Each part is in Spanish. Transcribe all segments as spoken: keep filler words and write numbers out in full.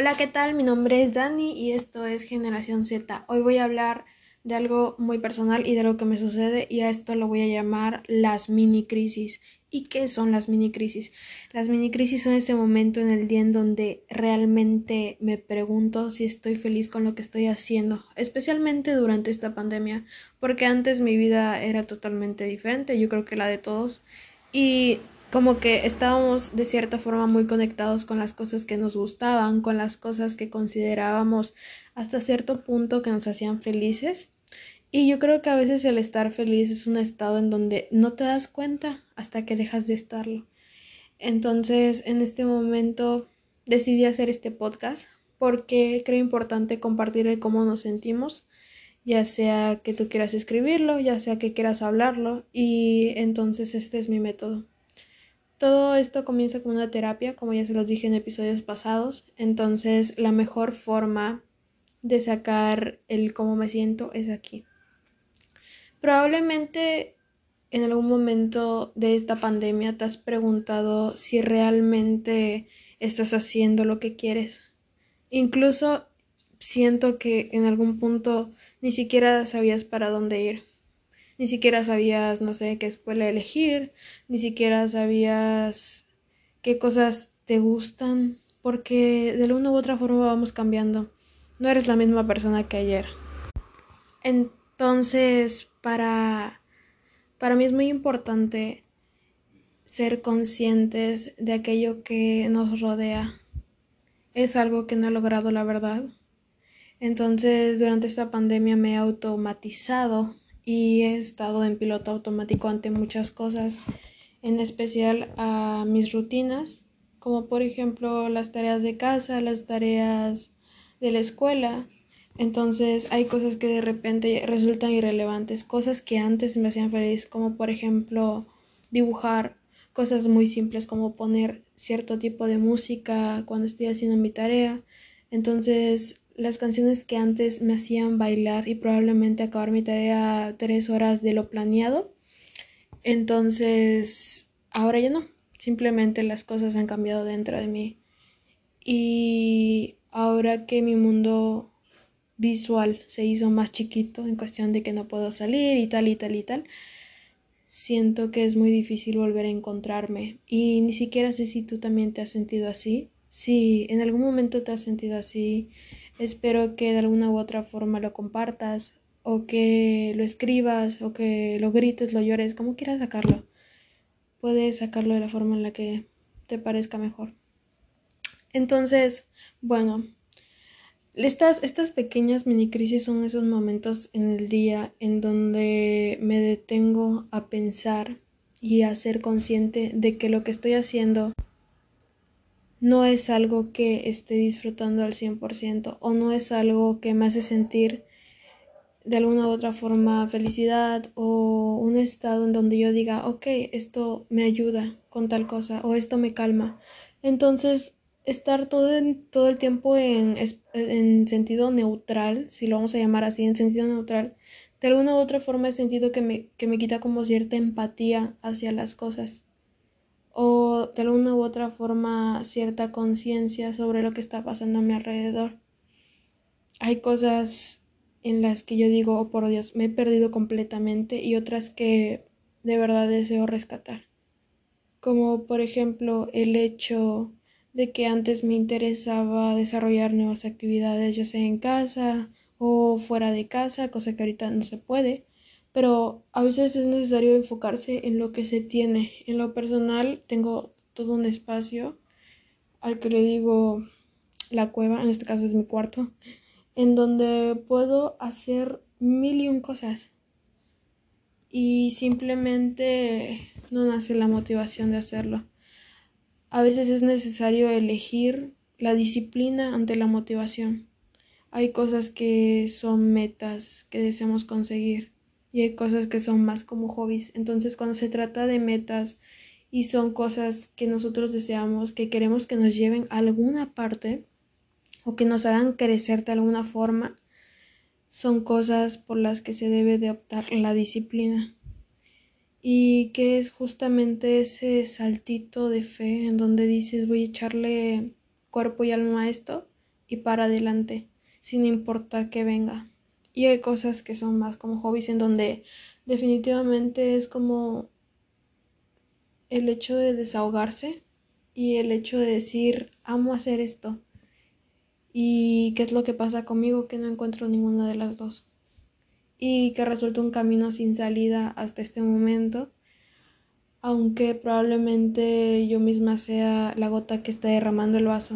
Hola, ¿qué tal? Mi nombre es Dani y esto es Generación Z. Hoy voy a hablar de algo muy personal y de lo que me sucede y a esto lo voy a llamar las mini crisis. ¿Y qué son las mini crisis? Las mini crisis son ese momento en el día en donde realmente me pregunto si estoy feliz con lo que estoy haciendo, especialmente durante esta pandemia, porque antes mi vida era totalmente diferente, yo creo que la de todos, y como que estábamos de cierta forma muy conectados con las cosas que nos gustaban, con las cosas que considerábamos hasta cierto punto que nos hacían felices. Y yo creo que a veces el estar feliz es un estado en donde no te das cuenta hasta que dejas de estarlo. Entonces, en este momento decidí hacer este podcast porque creo importante compartir el cómo nos sentimos, ya sea que tú quieras escribirlo, ya sea que quieras hablarlo, y entonces este es mi método. Todo esto comienza como una terapia, como ya se los dije en episodios pasados, entonces la mejor forma de sacar el cómo me siento es aquí. Probablemente en algún momento de esta pandemia te has preguntado si realmente estás haciendo lo que quieres. Incluso siento que en algún punto ni siquiera sabías para dónde ir. Ni siquiera sabías, no sé, qué escuela elegir, ni siquiera sabías qué cosas te gustan, porque de una u otra forma vamos cambiando. No eres la misma persona que ayer. Entonces, para, para mí es muy importante ser conscientes de aquello que nos rodea. Es algo que no he logrado, la verdad. Entonces, durante esta pandemia me he automatizado y he estado en piloto automático ante muchas cosas, en especial a mis rutinas, como por ejemplo las tareas de casa, las tareas de la escuela. Entonces hay cosas que de repente resultan irrelevantes, cosas que antes me hacían feliz, como por ejemplo dibujar, cosas muy simples como poner cierto tipo de música cuando estoy haciendo mi tarea. Entonces las canciones que antes me hacían bailar y probablemente acabar mi tarea tres horas de lo planeado, entonces ahora ya no, simplemente las cosas han cambiado dentro de mí. Y ahora que mi mundo visual se hizo más chiquito en cuestión de que no puedo salir y tal y tal y tal, siento que es muy difícil volver a encontrarme. Y ni siquiera sé si tú también te has sentido así. Si en algún momento te has sentido así, espero que de alguna u otra forma lo compartas, o que lo escribas, o que lo grites, lo llores, como quieras sacarlo. Puedes sacarlo de la forma en la que te parezca mejor. Entonces, bueno, estas, estas pequeñas mini crisis son esos momentos en el día en donde me detengo a pensar y a ser consciente de que lo que estoy haciendo no es algo que esté disfrutando al cien por ciento, o no es algo que me hace sentir de alguna u otra forma felicidad, o un estado en donde yo diga, ok, esto me ayuda con tal cosa o esto me calma. Entonces, estar todo, en, todo el tiempo en, en sentido neutral, si lo vamos a llamar así, en sentido neutral, de alguna u otra forma he sentido que me, que me quita como cierta empatía hacia las cosas, o de alguna u otra forma cierta conciencia sobre lo que está pasando a mi alrededor. Hay cosas en las que yo digo, oh por Dios, me he perdido completamente, y otras que de verdad deseo rescatar. Como por ejemplo el hecho de que antes me interesaba desarrollar nuevas actividades, ya sea en casa o fuera de casa, cosa que ahorita no se puede, pero a veces es necesario enfocarse en lo que se tiene. En lo personal tengo todo un espacio al que le digo la cueva, en este caso es mi cuarto, en donde puedo hacer mil y un cosas, y simplemente no nace la motivación de hacerlo. A veces es necesario elegir la disciplina ante la motivación. Hay cosas que son metas que deseamos conseguir y hay cosas que son más como hobbies. Entonces, cuando se trata de metas y son cosas que nosotros deseamos, que queremos que nos lleven a alguna parte o que nos hagan crecer de alguna forma, son cosas por las que se debe de optar la disciplina. Y que es justamente ese saltito de fe en donde dices, voy a echarle cuerpo y alma a esto, y para adelante, sin importar que venga. Y hay cosas que son más como hobbies en donde definitivamente es como el hecho de desahogarse y el hecho de decir, amo hacer esto. ¿Y qué es lo que pasa conmigo? Que no encuentro ninguna de las dos. Y que resulta un camino sin salida hasta este momento. Aunque probablemente yo misma sea la gota que está derramando el vaso.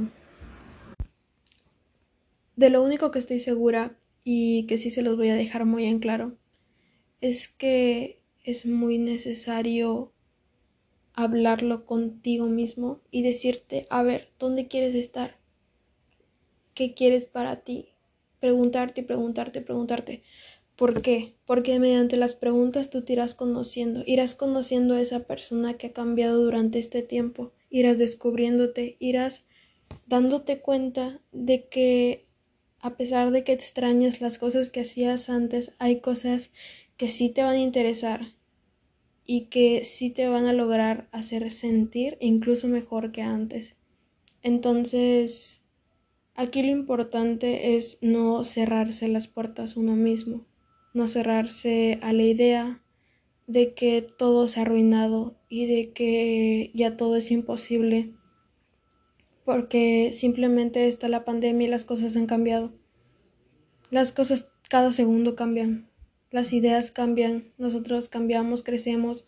De lo único que estoy segura, y que sí se los voy a dejar muy en claro, es que es muy necesario hablarlo contigo mismo y decirte, a ver, ¿dónde quieres estar? ¿Qué quieres para ti? Preguntarte, preguntarte, preguntarte. ¿Por qué? Porque mediante las preguntas tú te irás conociendo, irás conociendo a esa persona que ha cambiado durante este tiempo, irás descubriéndote, irás dándote cuenta de que a pesar de que extrañas las cosas que hacías antes, hay cosas que sí te van a interesar y que sí te van a lograr hacer sentir incluso mejor que antes. Entonces, aquí lo importante es no cerrarse las puertas uno mismo, no cerrarse a la idea de que todo se ha arruinado y de que ya todo es imposible, porque simplemente está la pandemia y las cosas han cambiado. Las cosas cada segundo cambian, las ideas cambian, nosotros cambiamos, crecemos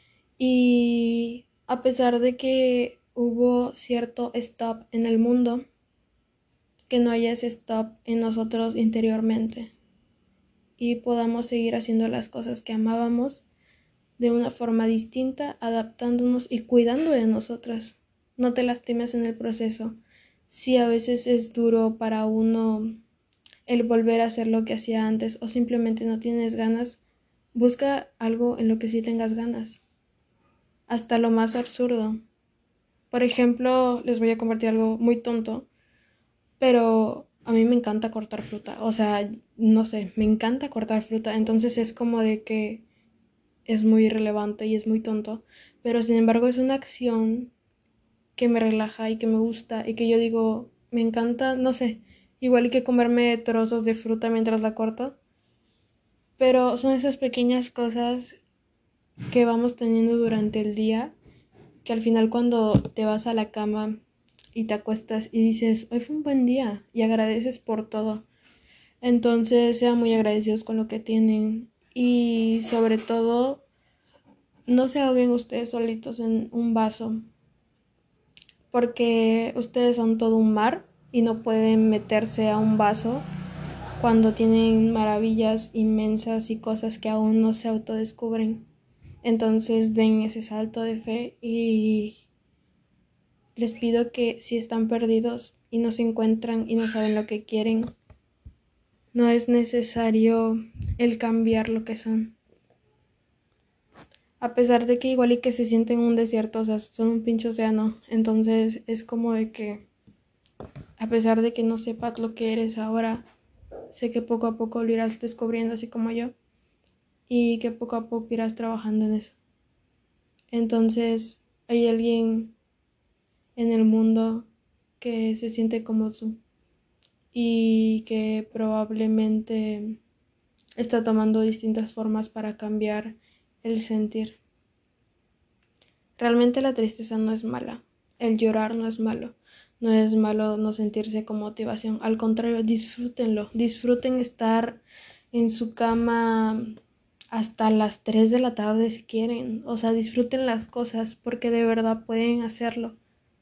y a pesar de que hubo cierto stop en el mundo, que no haya ese stop en nosotros interiormente y podamos seguir haciendo las cosas que amábamos de una forma distinta, adaptándonos y cuidando de nosotras. No te lastimes en el proceso. Si a veces es duro para uno el volver a hacer lo que hacía antes o simplemente no tienes ganas, busca algo en lo que sí tengas ganas. Hasta lo más absurdo. Por ejemplo, les voy a compartir algo muy tonto, pero a mí me encanta cortar fruta. O sea, no sé, me encanta cortar fruta. Entonces es como de que es muy irrelevante y es muy tonto. Pero sin embargo es una acción que me relaja y que me gusta y que yo digo, me encanta, no sé, igual que comerme trozos de fruta mientras la corto. Pero son esas pequeñas cosas que vamos teniendo durante el día, que al final cuando te vas a la cama y te acuestas y dices, hoy fue un buen día y agradeces por todo. Entonces sean muy agradecidos con lo que tienen y sobre todo no se ahoguen ustedes solitos en un vaso, porque ustedes son todo un mar y no pueden meterse a un vaso cuando tienen maravillas inmensas y cosas que aún no se autodescubren. Entonces den ese salto de fe y les pido que si están perdidos y no se encuentran y no saben lo que quieren, no es necesario el cambiar lo que son. A pesar de que igual y que se sienten en un desierto, o sea, son un pinche océano. Entonces es como de que a pesar de que no sepas lo que eres ahora, sé que poco a poco lo irás descubriendo así como yo. Y que poco a poco irás trabajando en eso. Entonces hay alguien en el mundo que se siente como tú y que probablemente está tomando distintas formas para cambiar el sentir. Realmente la tristeza no es mala, el llorar no es malo, no es malo no sentirse con motivación, al contrario, disfrútenlo, disfruten estar en su cama hasta las tres de la tarde si quieren, o sea, disfruten las cosas porque de verdad pueden hacerlo.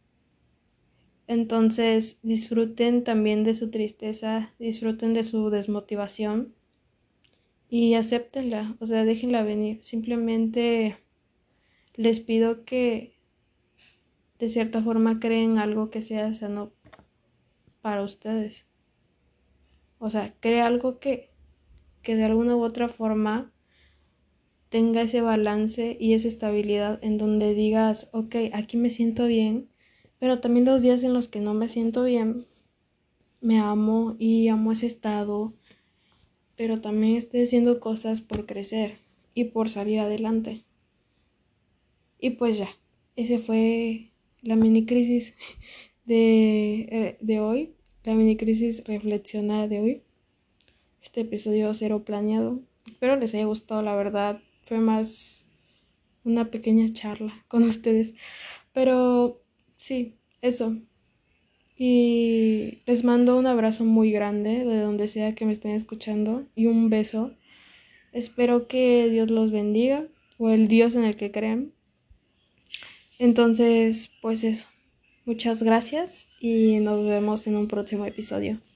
Entonces disfruten también de su tristeza, disfruten de su desmotivación y acéptenla, o sea, déjenla venir. Simplemente les pido que de cierta forma creen algo que sea sano para ustedes. O sea, cree algo que, que de alguna u otra forma tenga ese balance y esa estabilidad en donde digas, ok, aquí me siento bien, pero también los días en los que no me siento bien, me amo y amo ese estado, pero también estoy haciendo cosas por crecer y por salir adelante. Y pues ya, ese fue la mini crisis de, de hoy. la mini crisis reflexionada de hoy. Este episodio cero planeado. Espero les haya gustado, la verdad. Fue más una pequeña charla con ustedes. Pero sí, eso. Y les mando un abrazo muy grande de donde sea que me estén escuchando y un beso. Espero que Dios los bendiga o el Dios en el que crean. Entonces, pues eso. Muchas gracias y nos vemos en un próximo episodio.